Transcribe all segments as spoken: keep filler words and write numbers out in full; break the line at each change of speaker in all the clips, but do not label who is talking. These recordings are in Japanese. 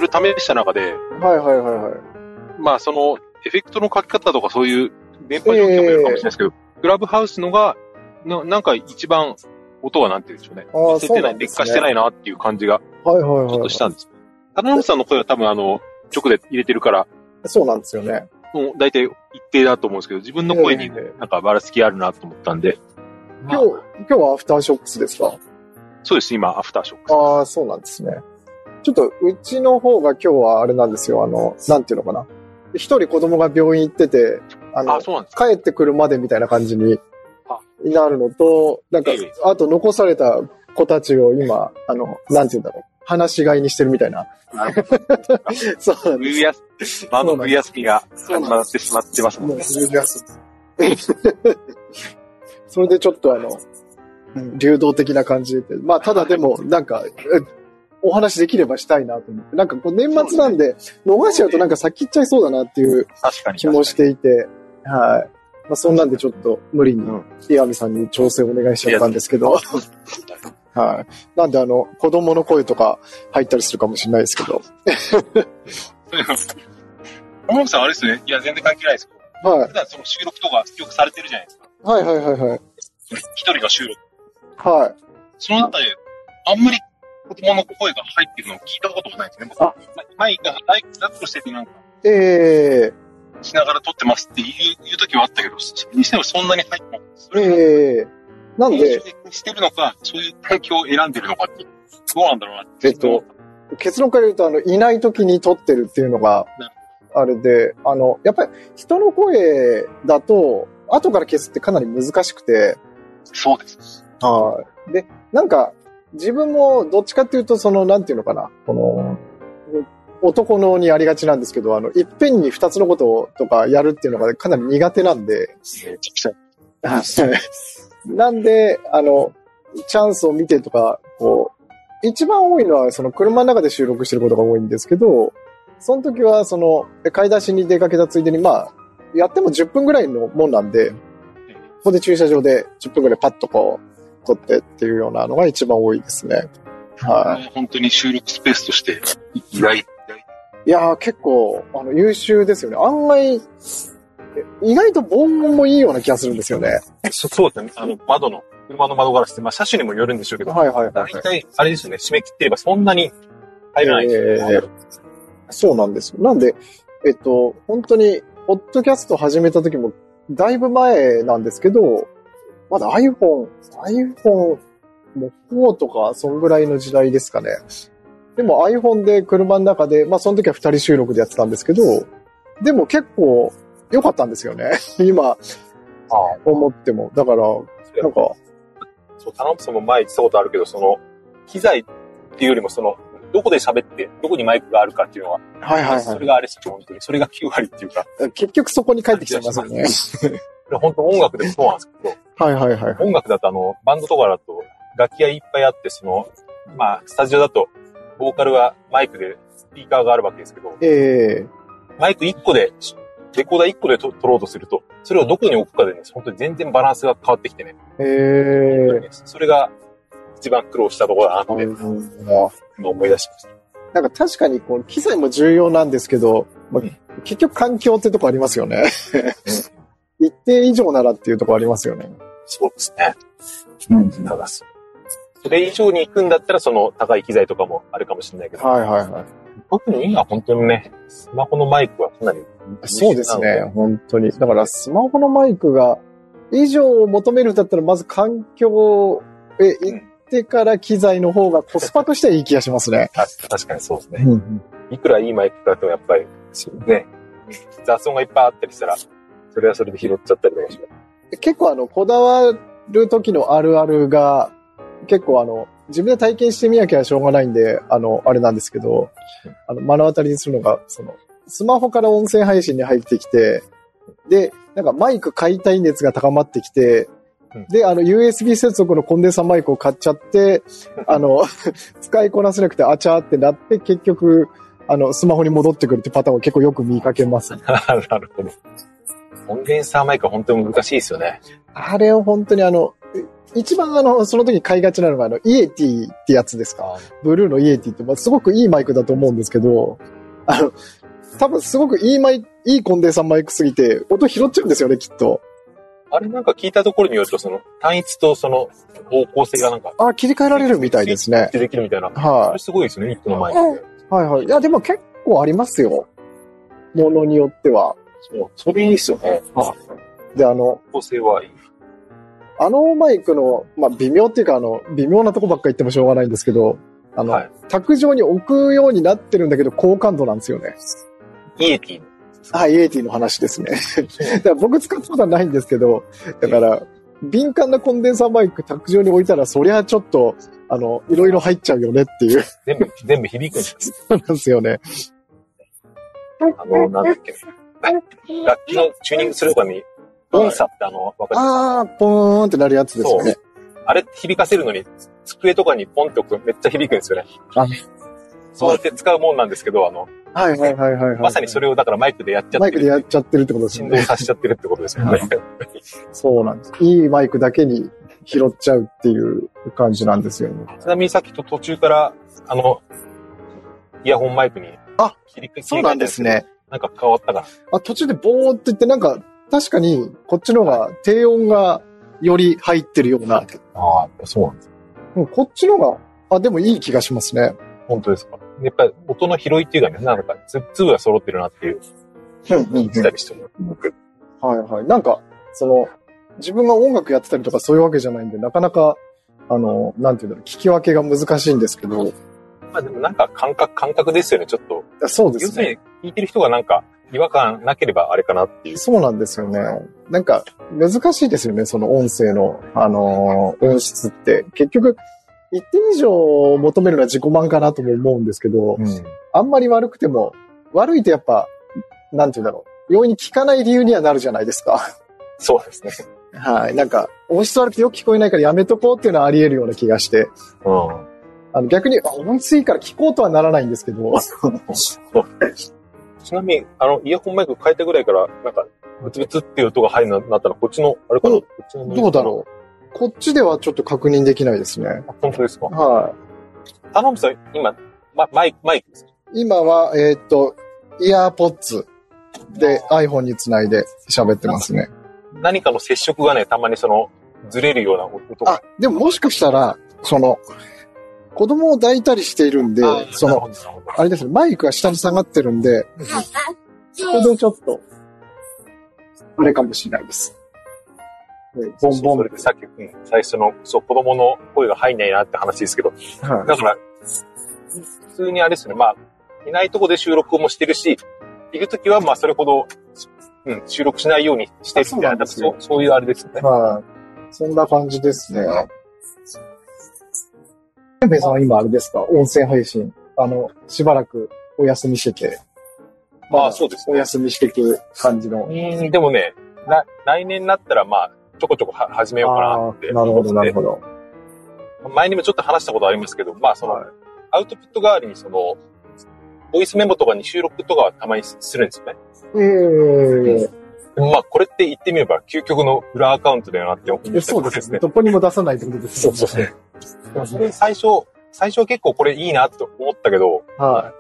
試した中で、
はいはいはいはい。
まあその、エフェクトの書き方とかそういう電波状況もいるかもしれないですけど、えー、クラブハウスのが、ななんか一番音はなんて言うんでしょうね。
ああ、
出てない、劣化してないなっていう感じが、
はいはいはい。
ちょっとしたんです。田辺さんの声は多分あの、直で入れてるから、
そうなんですよね。
もう大体一定だと思うんですけど、自分の声になんかばらつきあるなと思ったんで。
今日、今日はアフターショックスですか？
そうです、今、アフターショックス。
ああ、そうなんですね。ちょっと、うちの方が今日はあれなんですよ。あの、なんていうのかな。一人子供が病院行ってて、あの、あそうなんですか？帰ってくるまでみたいな感じになるのと、なんか、あと残された子たちを今、あの、なんていうんだろう。話し飼いにしてるみたいな。そうなんです。
冬休み、間の冬休みが始まってしまってますもんね。
冬休み。それでちょっとあの、流動的な感じで。まあ、ただでも、なんか、お話できればしたいなと思って。なんかこう年末なんで、逃しちゃうとなんか先行っちゃいそうだなっていう気もしていて、はい。まあ、そんなんでちょっと無理に、岩見さんに調整お願いしちゃったんですけど、はい。なんであの、子供の声とか入ったりするかもしれないですけど。
山本さんあれですね。いや、全然関係ないですけど。はい。普段その収録とかよくされてるじゃないですか。
はいはいはいはい。
一人が収録。
はい。
その中で、あんまり子供の声が入ってるのを聞いたことがないですね。あ、マイクがライトラットしててなんか。
ええ
ー。しながら撮ってますっていう、いう時はあったけど、それにしてもそんなに入ってない。
ええー。なんで、
してるのか、そういう環境を選んでるのかって、どうなんだろうなって。
えっと、結論から言うと、あの、いない時に撮ってるっていうのが、あれで、あの、やっぱり人の声だと、後から消すってかなり難しくて。
そうです。
はい。で、なんか、自分もどっちかっていうと、その、なんていうのかな、この、男のにありがちなんですけど、あの、いっぺんに二つのこととかやるっていうのがかなり苦手なんで。なんで、あの、チャンスを見てとか、こう、一番多いのは、その車の中で収録してることが多いんですけど、その時は、その、買い出しに出かけたついでに、まあ、やってもじゅっぷんぐらいのもんなんで、ここで駐車場でじゅっぷんぐらいパッとこう、撮ってっていうようなのが一番多いですね。
はい。本当に収録スペースとして、意外。
いやー、結構、あの、優秀ですよね。案外、意外と防音もいいような気がするんですよね。
そそうですね。あの、窓の、車の窓ガラスって、まあ、車種にもよるんでしょうけど、
はいはいはい、はい。
大体、あれですよね、締め切ってればそんなに入らないですよね。えー、
そうなんですよ。なんで、えっと、本当に、ポッドキャスト始めた時も、だいぶ前なんですけど、まだ iPhone、iPhone、もうフォーとか、そんぐらいの時代ですかね。でも iPhone で車の中で、まあその時は二人収録でやってたんですけど、でも結構良かったんですよね。今、思っても。だから、なんか。
そう、田辺さんも前言ってたことあるけど、その、機材っていうよりもその、どこで喋って、どこにマイクがあるかっていうのは、
はいはいはい。
それがあれですよ、本当に。それがきゅうわりっていうか。
結局そこに帰ってきちゃいますよね。
本当音楽でもそうなんですけど。
はいはいはい。
音楽だとあの、バンドとかだと、楽器がいっぱいあって、その、まあ、スタジオだと、ボーカルはマイクでスピーカーがあるわけですけど、
え
ー、マイクいっこで、レコーダーいっこで撮ろうとすると、それをどこに置くかでね、本当に全然バランスが変わってきてね。
えー、
それが一番苦労したところだなって、今思い出しました。
なんか確かにこう機材も重要なんですけど、まあ、うん、結局環境ってとこありますよね。一定以上ならっていうとこありますよね。
そうですね。うん。ただそれ以上に行くんだったらその高い機材とかもあるかもしれないけど。
はいはいはい。
特に今本当にね、スマホのマイクはかなり。
そうですね、本当に。だからスマホのマイクが以上を求めるんだったらまず環境へ行ってから機材の方がコスパとしてはいい気がしますね。
確かにそうですね。うんうん、いくらいいマイクかとやっぱり、ね、雑音がいっぱいあったりしたら、それはそれで拾っちゃったりとかします。
結構あの、こだわる時のあるあるが、結構あの、自分で体験してみなきゃしょうがないんで、あの、あれなんですけど、あの、目の当たりにするのが、その、スマホから音声配信に入ってきて、で、なんかマイク買いたい熱が高まってきて、で、あの、ユーエスビー 接続のコンデンサーマイクを買っちゃって、あの、使いこなせなくてあちゃーってなって、結局、あの、スマホに戻ってくるってパターンを結構よく見かけます。
なるほど。コンデンサーマイクは本当に難しいですよね。
あれを本当にあの、 一番あの、その時に買いがちなのが、あの、イエティってやつですか。ブルーのイエティって、まあ、すごくいいマイクだと思うんですけど、あの、多分すごくいいマイク、いいコンデンサーマイクすぎて、音拾っちゃうんですよね、きっと。
あれなんか聞いたところによると、その単一とその方向性がなんか。
あ、切り替えられるみたいですね。
できるみたいな。
はい。
それすごいですね、ニットのマイクで。
はいはい。いや、でも結構ありますよ。ものによっては。
そう、それいいっすよね。
で、あの、
方向性はいい。
あのマイクの、まあ、微妙っていうか、あの、微妙なとこばっか言ってもしょうがないんですけど、あの、はい、卓上に置くようになってるんだけど、高感度なんですよね。
イエティ。
はい、イエティの話ですね。だから僕使ったことはないんですけど、だから、敏感なコンデンサーマイク卓上に置いたら、そりゃちょっと、あの、いろいろ入っちゃうよねっていう。
全部、全部響くんです。
そうなんですよね。
あの、なんだっけ。楽器のチューニングするとかに、音差ってあの、わかりますか？
あー、ポーンってなるやつですよね。
あれ響かせるのに、机とかにポンって置くとめっちゃ響くんですよね。あ、そうやって使うもんなんですけど、あの、
はいはいはいはい、はい。
まさにそれをだからマイクでやっちゃってる。
マイクでやっちゃってるってことですよね。
振動させちゃってるってことですよね。
そうなんです。いいマイクだけに拾っちゃうっていう感じなんですよね。
ちなみにさっきと途中から、あの、イヤホンマイクに
あ、そうなんですね。
なんか変わったかな。
あ、途中でボーって言ってなんか、確かにこっちの方が低音がより入ってるような。
ああ、そうなんです。
うん、こっちの方が、あ、でもいい気がしますね。
本当ですか。やっぱり音の拾いっていうかね、なんか粒が揃ってるなっていう。
うんうん、うん。
したりしても。
はいはい。なんか、その、自分が音楽やってたりとかそういうわけじゃないんで、なかなか、あの、なんていうんだろう、聞き分けが難しいんですけど。
まあでもなんか感覚、感覚ですよね、ちょっと。
そうですね。
要するに、聞いてる人がなんか、違和感なければあれかなっていう。
そうなんですよね。なんか、難しいですよね、その音声の、あのー、音質って。結局、一定以上求めるのは自己満かなとも思うんですけど、うん、あんまり悪くても、悪いとやっぱ、なんていうんだろう、容易に聞かない理由にはなるじゃないですか。
そうですね。
はい。なんか、音質悪くてよく聞こえないからやめとこうっていうのはあり得るような気がして。うん。あの逆に、音質いいから聞こうとはならないんですけど。
ちなみに、あの、イヤホンマイク変えたぐらいから、なんか、ブツブツっていう音が入るようになったのは、こっちの、あれかな、こっちの
どうだろう。こっちではちょっと確認できないですね。
本当ですか？
はい。
頼むさん、今、ま、マイク、マイクですか？
今は、えー、っと、イヤーポッツで iPhone につないで喋ってますね。
何かの接触がね、たまにその、ずれるような音が。
あ、でももしかしたら、その、子供を抱いたりしているんで、その、あれですね、マイクが下に下がってるんで、そこでちょっと、あれかもしれないです。
ボンボン。それでさっき、うん、最初の、そう、子供の声が入んないなって話ですけど、はい、だから、普通にあれですね、まあ、いないとこで収録もしてるし、いるときは、まあ、それほど、うん、収録しないようにしてるみたいな、そう、そういうあれですよね。
はい。そんな感じですね。ペンペンさんは今あれですか、音声配信。あの、しばらくお休みしてて。
まあ、そうですね。
お休みしていく感じの。
うん、でもね、な、来年になったら、まあ、ちょこちょこは始めようかなって。
なるほど、なるほど。
前にもちょっと話したことありますけど、まあ、その、はい、アウトプット代わりに、その、ボイスメモとかに収録とかはたまにするんですよね。
ええ
ー。まあ、これって言ってみれば、究極の裏アカウントだよなって思ってですね。
そうですね。どこにも出さないってことですね。
そうそうそう。それ最初、最初は結構これいいなと思ったけど、はい。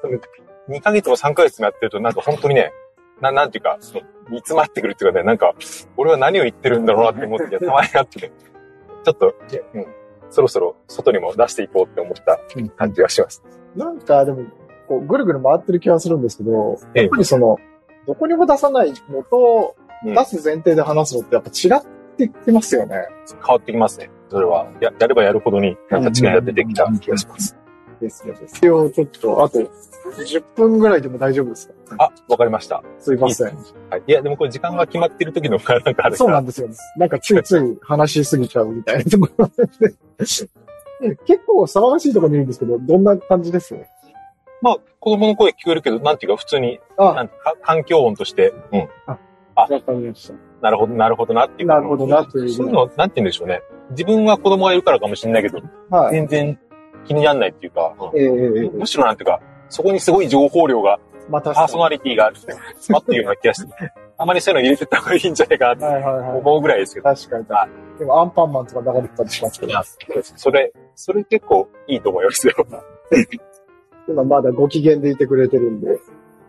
にかげつもさんかげつもやってると、なんか本当にね、な、なんていうか、その、煮詰まってくるっていうかね、なんか、俺は何を言ってるんだろうなって思って、たまにあってね、ちょっと、うん、そろそろ外にも出していこうって思った感じがします。
なんか、でも、こう、ぐるぐる回ってる気がするんですけど、やっぱりその、どこにも出さないのと、出す前提で話すのってやっぱ違ってきますよね。
変わってきますね。それは、や、やればやるほどに、なんか違いが出てきた気がします。
ですね。ですよ。ちょっと、あと、じゅっぷんぐらいでも大丈夫ですか？
あ、わかりました。
すいません。
いいはい。いや、でもこれ時間が決まってる時のなんかあるから。
そうなんですよね。なんかついつい話しすぎちゃうみたいなところで。結構騒がしいところにいるんですけど、どんな感じです？
まあ、子供の声聞こえるけど、なんていうか普通に、なんてか環境音として、うん。
あ、あわかりました。
なるほど、なるほどなっていう。
なるほどなという。
そういうの、なんて言うんでしょうね。自分は子供がいるからかもしれないけど、はい、全然気にならないっていうか、うんえー、むしろなんていうか、そこにすごい情報量が、またパーソナリティが詰まっているような気がして、 あまりそういうの入れてった方がいいんじゃないかなと思うぐらいですけど。
確かに。でもアンパンマンとか流れてたりしますけど。
それ、それ結構いいと思いますよ。
今まだご機嫌でいてくれてるんで。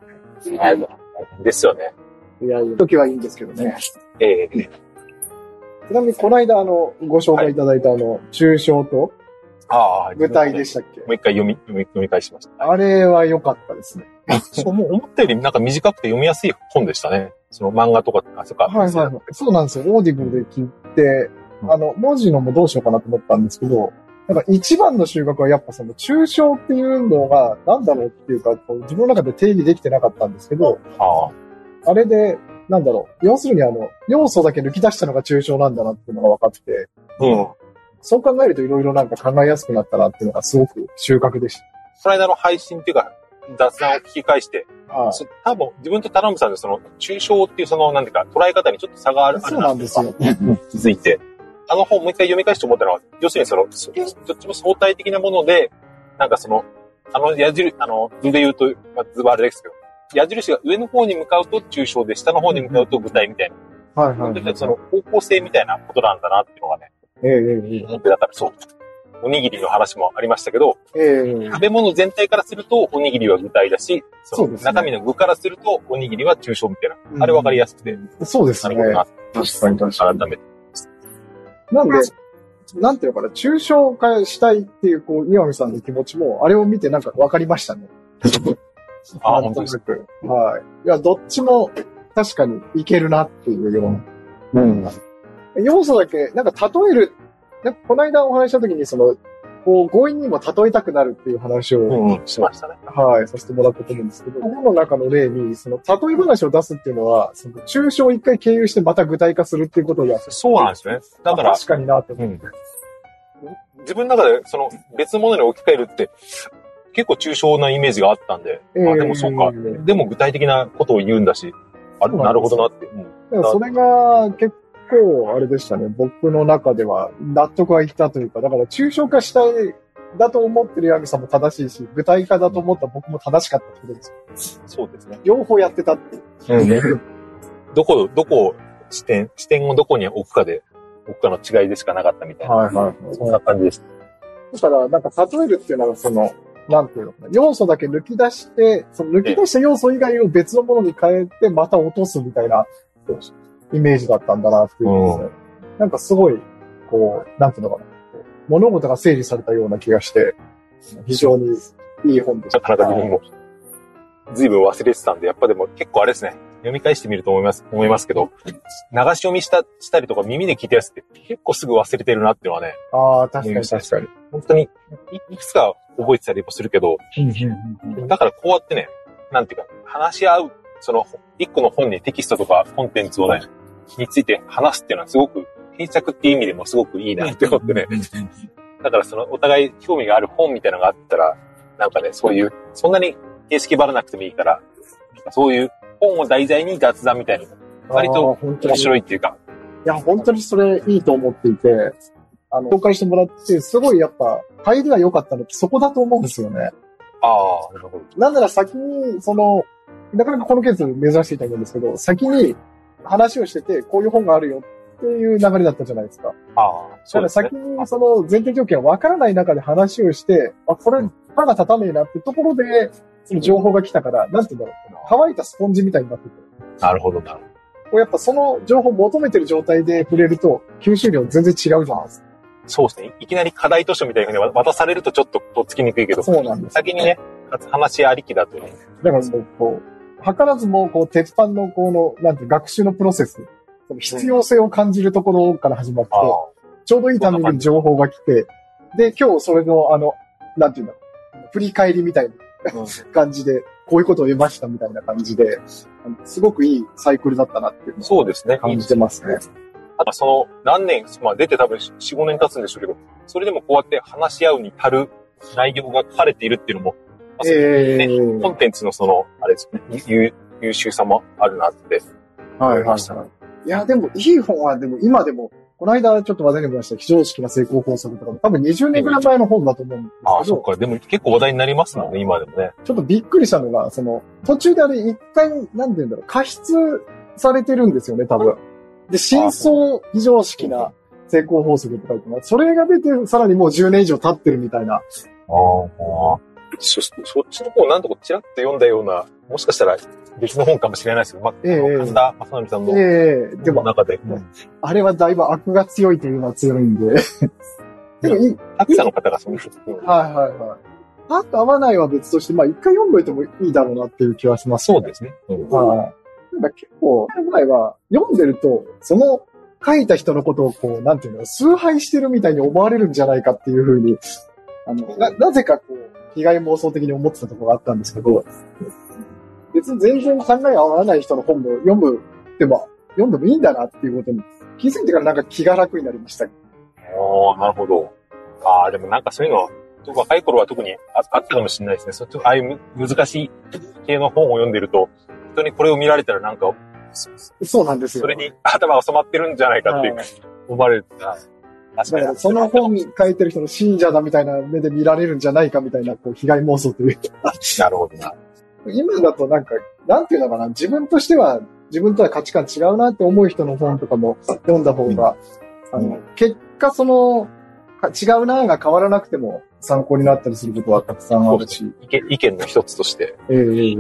ですよね。
いや、いい時はいいんですけどね。
ええー。
ちなみに、この間、あの、ご紹介いただいた、あの、抽象と、
ああ、
舞台でしたっけ？
もう一回読み、読み、読み返しました。
あれは良かったですね。
そう、もう思ったよりなんか短くて読みやすい本でしたね。その漫画とか、あ、そっか。
はいはいはい。そうなんですよ。オーディブルで聞いて、うん、あの、文字のもどうしようかなと思ったんですけど、なんか一番の収穫はやっぱその抽象っていうのが何だろうっていうか、自分の中で定義できてなかったんですけど、はあ、あれで、なんだろう。要するにあの、要素だけ抜き出したのが抽象なんだなっていうのが分かって、うん。そう考えるといろいろなんか考えやすくなったなっていうのがすごく収穫でした。
この間の配信っていうか、雑談を聞き返して、はい、多分自分とタラムさんのその抽象っていうそのなんていうか捉え方にちょっと差がある
そうなんですよ。
気づいて、あの本もう一回読み返して思ったのは、要するにそのどっちも相対的なもので、なんかそのあの矢印あの図で言うと、まあ、図はあれですけど、矢印が上の方に向かうと抽象で下の方に向かうと具体みたいな、はいはいはい、その方向性みたいなことなんだなっていうのがね、ええええ、だからそう。おにぎりの話もありましたけど、えー、食べ物全体からするとおにぎりは具体だし、その中身の具からするとおにぎりは抽象みたいな。うん、あれ分かりやすくて。
そうですね。なるほどな。確かに確かに。改めて。なんで、なんていうのかな、抽象化したいっていう、こう、岩見さんの気持ちも、あれを見てなんか分かりましたね。
あ、本当ですか。
はい。いや、どっちも確かにいけるなっていうような。うん。要素だけ、なんか例える、なんかこの間お話した時に、その、こう、強引にも例えたくなるっていう話を、
うんうん、しましたね。
はい、させてもらったと思うんですけど、本の中の例に、その、例え話を出すっていうのは、その、抽象を一回経由してまた具体化するっていうことをやって。
そうなんですね。だから。
確かになって思って、
うん。自分の中で、その、別物に置き換えるって、結構抽象なイメージがあったんで、えー、あ、でもそうか。でも具体的なことを言うんだし、あ、なるほどなって。
うん、それが結構、あれでしたね。僕の中では納得はいったというか、だから抽象化したい、だと思ってるヤミさんも正しいし、具体化だと思った僕も正しかったってことですよ。
そうですね。
両方やってたっていう。
うん、どこ、どこを視点、視点をどこに置くかで、置くかの違いでしかなかったみたいな。はいはい。そんな感じです。
だから、なんか例えるっていうのは、その、なんていうのかな。要素だけ抜き出して、その抜き出した要素以外を別のものに変えて、また落とすみたいなイメージだったんだなっていう、ね、うん。なんかすごい、こう、なんていうのかな。物事が整理されたような気がして、非常にいい本でした。
なかなか自分も、随分忘れてたんで、やっぱでも結構あれですね。読み返してみると思います、思いますけど、流し読みした、したりとか耳で聞いたやつって結構すぐ忘れてるなっていうのはね。
ああ、確かに確かに。
本当にい、いくつか覚えてたりもするけど、だからこうやってね、なんていうか、話し合う、その、一個の本にテキストとかコンテンツをね、について話すっていうのはすごく、定着っていう意味でもすごくいいなって思ってね。だからその、お互い興味がある本みたいなのがあったら、なんかね、そういう、そんなに形式ばらなくてもいいから、そういう本を題材に雑談みたいなの割と面白いっていうか。
いや、本当にそれいいと思っていて、あの、紹介してもらって、すごいやっぱ、入りが良かったのってそこだと思うんですよね。
ああ、なるほど。
なんなら先に、その、なかなかこのケース珍しいと思うんですけど、先に話をしてて、こういう本があるよっていう流れだったじゃないですか。
ああ、
そうですね。だから先にその前提条件わからない中で話をして、あ、これ、歯が立たねえなってところで、その情報が来たから、なんて言うんだろう。乾いたスポンジみたいになってて。
なるほど、なるほど。
こうやっぱその情報を求めてる状態で触れると、吸収量全然違うじゃないですか。
そうですね。いきなり課題図書みたいな風に渡されるとちょっととっつきにくいけど、
そうなんです。
先にね、話ありきだとね。
だからもう、こう、図らずも、こう、鉄板の、この、なんて、学習のプロセス、その必要性を感じるところから始まって、うん、ちょうどいいタイミングに情報が来て、で、今日それの、あの、なんていうんだろう、振り返りみたいな感じで、こういうことを得ましたみたいな感じで、すごくいいサイクルだったなっていうのを
そうですね。
感じてますね。
あとその何年、まあ出て多分よん、ごねん経つんでしょうけど、それでもこうやって話し合うに足る内容が書かれているっていうのも、まあね、えー、コンテンツのその、あれですね、優, 優秀さもあるなって思いました。はいはいはい、
いや、でもいい本は、でも今でも、この間ちょっと話題になりました非常識な成功法則とかも多分にじゅうねんぐらい前の本だと思うんですけど。
ああ、そっか。でも結構話題になりますもんね、今でもね。
ちょっとびっくりしたのが、その、途中であれ一回、なんて言うんだろう、過失されてるんですよね、多分。で、深層非常識な成功法則って書いてます。それが出て、さらにもうじゅうねん以上経ってるみたいな。ああ。
そ、そっちの方なんとかちらっと読んだような、もしかしたら別の本かもしれないですけど、まあ、ええ、神田正則さんの、ええ、でも中で、うん、
あれはだいぶ悪が強いというのは強いんで。
でもいい、作者の方がその人。
はいはいはい。あと合わないは別として、まあ一回読んどいてもいいだろうなっていう気はします、
ね。そうですね。
うん、はい。なんか結構、前は読んでると、その書いた人のことをこう、なんていうの、崇拝してるみたいに思われるんじゃないかっていうふうに、あの、な、なぜかこう、被害妄想的に思ってたところがあったんですけど、別に全然考え合わない人の本も読むでも、読んでもいいんだなっていうことに気づいてからなんか気が楽になりました。
ああ、なるほど。ああ、でもなんかそういうの、若い頃は特に あ, あったかもしれないですね。そああいう難しい系の本を読んでると、人にこれを見られたらなんか、
そうなんですよ。
それに頭が染まってるんじゃないかっていう、思われる。
確かに。その本書いてる人の信者だみたいな目で見られるんじゃないかみたいな、こう、被害妄想というか。
なるほどな。
今だとなんか、なんていうのかな、自分としては、自分とは価値観違うなって思う人の本とかも読んだ方が、うん、あの、結果その、違うなが変わらなくても参考になったりすることはたくさんあるし。
意見、意見の一つとして。
ええええ。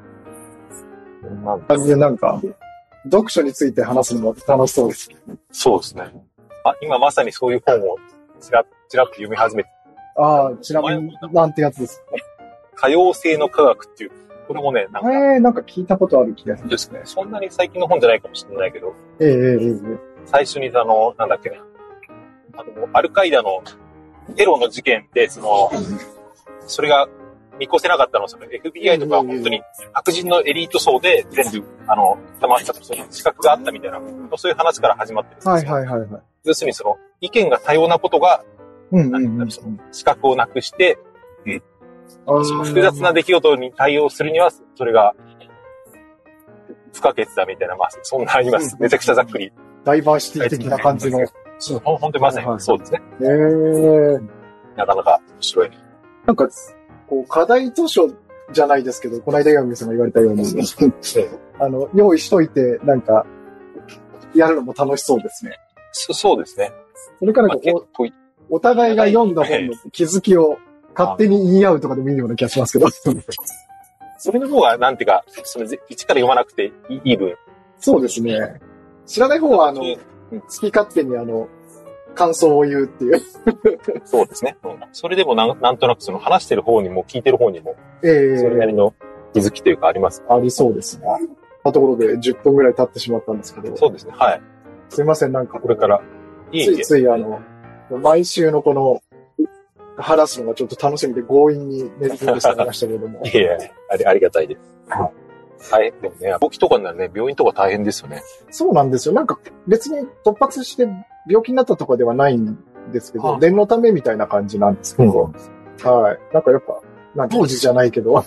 なんか、なんか、読書について話すのも楽しそうです。
そうですね。あ、今まさにそういう本をちら、ちらっと読み始めて。
ああ、ちなみに、なんてやつですか？
多様性の科学っていう、これもね、
なんか。ええー、なんか聞いたことある気がする。
ですね。そんなに最近の本じゃないかもしれないけど。
ええええええ。
最初にあの、なんだっけな。あの、アルカイダのテロの事件で、その、それが見越せなかったのは、その エフビーアイ とか本当に白人のエリート層で全部、あの、たまったその資格があったみたいな、そういう話から始まってるんですよ。
はいはいはいはい。
要するにその、意見が多様なことが、
うんうんうんうん、
その資格をなくして、うん、その複雑な出来事に対応するには、それが不可欠だみたいな、まあ、そんな今、めちゃくちゃざっくり。
ダイバーシティ的な感じの。
そう、ほん、本当にまさにそうですね。
へー。
なかなか面白い。
なんか、こう、課題図書じゃないですけど、この間岩見さんが言われたように、あの、用意しといて、なんか、やるのも楽しそうですね。
そそうですね。
それからこう、まあ、お互いが読んだ本の気づきを勝手に言い合うとかでもいいような気がしますけど。
それの方が、なんていうか、その一から読まなくていい分。
そうですね。知らない方は、あの、好き勝手にあの、感想を言うっていう。
そうですね。うん、それでもなん、なんとなくその話してる方にも聞いてる方にも、
ええー、
それなりの気づきというかあります、ね。
ありそうですね。ところでじゅっぷんぐらい経ってしまったんですけど。
そうですね。はい。
すいません、なんか。
これから。
いいついついあの、毎週のこの、話すのがちょっと楽しみで強引に練り込んでしまいましたけれども。
いやあり、ありがたいです。はい。でもね、病気とかになるね、病院とか大変ですよね。
そうなんですよ。なんか別に突発して病気になったとかではないんですけど、念のためみたいな感じなんですけど、うん、はい。なんかやっぱ、なん当時じゃないけど、はい。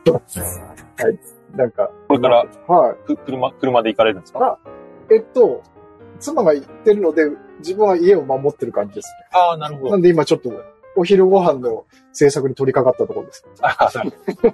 なんか。
これから、
はい。
車、車で行かれるんですか？
えっと、妻が行ってるので、自分は家を守ってる感じですね。
ああ、なるほど。
なんで今ちょっと、お昼ご飯の制作に取り掛かったところです。
ああ、なる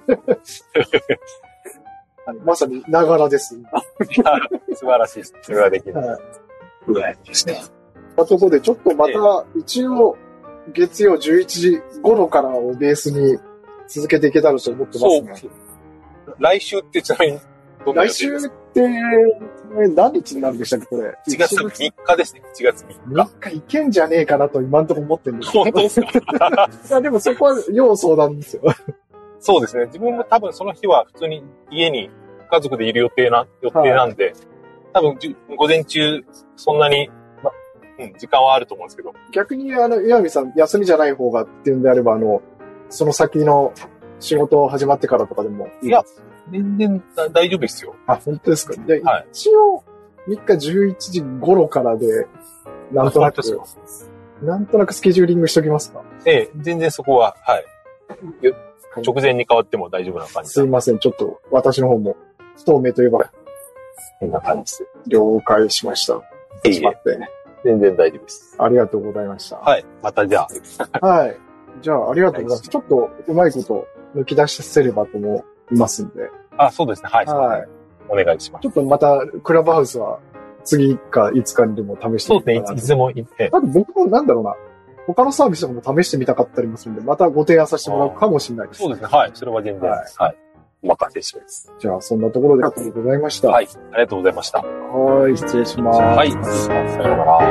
ほど。まさに、ながらです。
素晴らしいです。それはできる。はい。うわ、ですね。
ところで、ちょっとまた、一応、月曜じゅういちじ頃からをベースに続けていけたらと思ってますね。
そう。来週ってちなみに、
来週って、何日になるんでしたっけ、これ。
いちがつみっかですね。いちがつみっか。
みっかいけんじゃねえかなと今んとこ思ってるんですけど。
本当ですか？
いや、でもそこは要相談ですよ。
そうですね。自分も多分その日は普通に家に家族でいる予定な、予定なんで、はい、多分午前中そんなに、ま、うん、時間はあると思うんですけど。
逆にあの、岩見さん休みじゃない方がっていうんであれば、あの、その先の仕事始まってからとかでもいい。
いや、全然大丈夫ですよ。
あ、本当ですか。で、はい、一応、みっかじゅういちじ頃からで、なんとなく、なんとなくスケジューリングしときますか？
ええ、全然そこは、はい。直前に変わっても大丈夫な感じ。
すいません、ちょっと私の方も、不透明といえば、
こんな感じです。
了解しました。
ええ、全然大丈夫です。
ありがとうございました。
はい、またじゃ
あ。はい。じゃあ、ありがとうございます。ちょっと、うまいこと抜き出せればと思いますんで。
あ、そうですね。はい。
はい。
お願いします。
ちょっとまた、クラブハウスは、次かいつかにでも試してみて。
そうですね、いつでも行って。
あと僕もなんだろうな、他のサービスとかも試してみたかったりもするんで、またご提案させてもらうかもしれないです。
そうですね、はい。それは全然。はい。はい、お任せします。
じゃあ、そんなところでありがとうございました。
はい。ありがとうございました。
はい、失礼します。
はい。さようなら。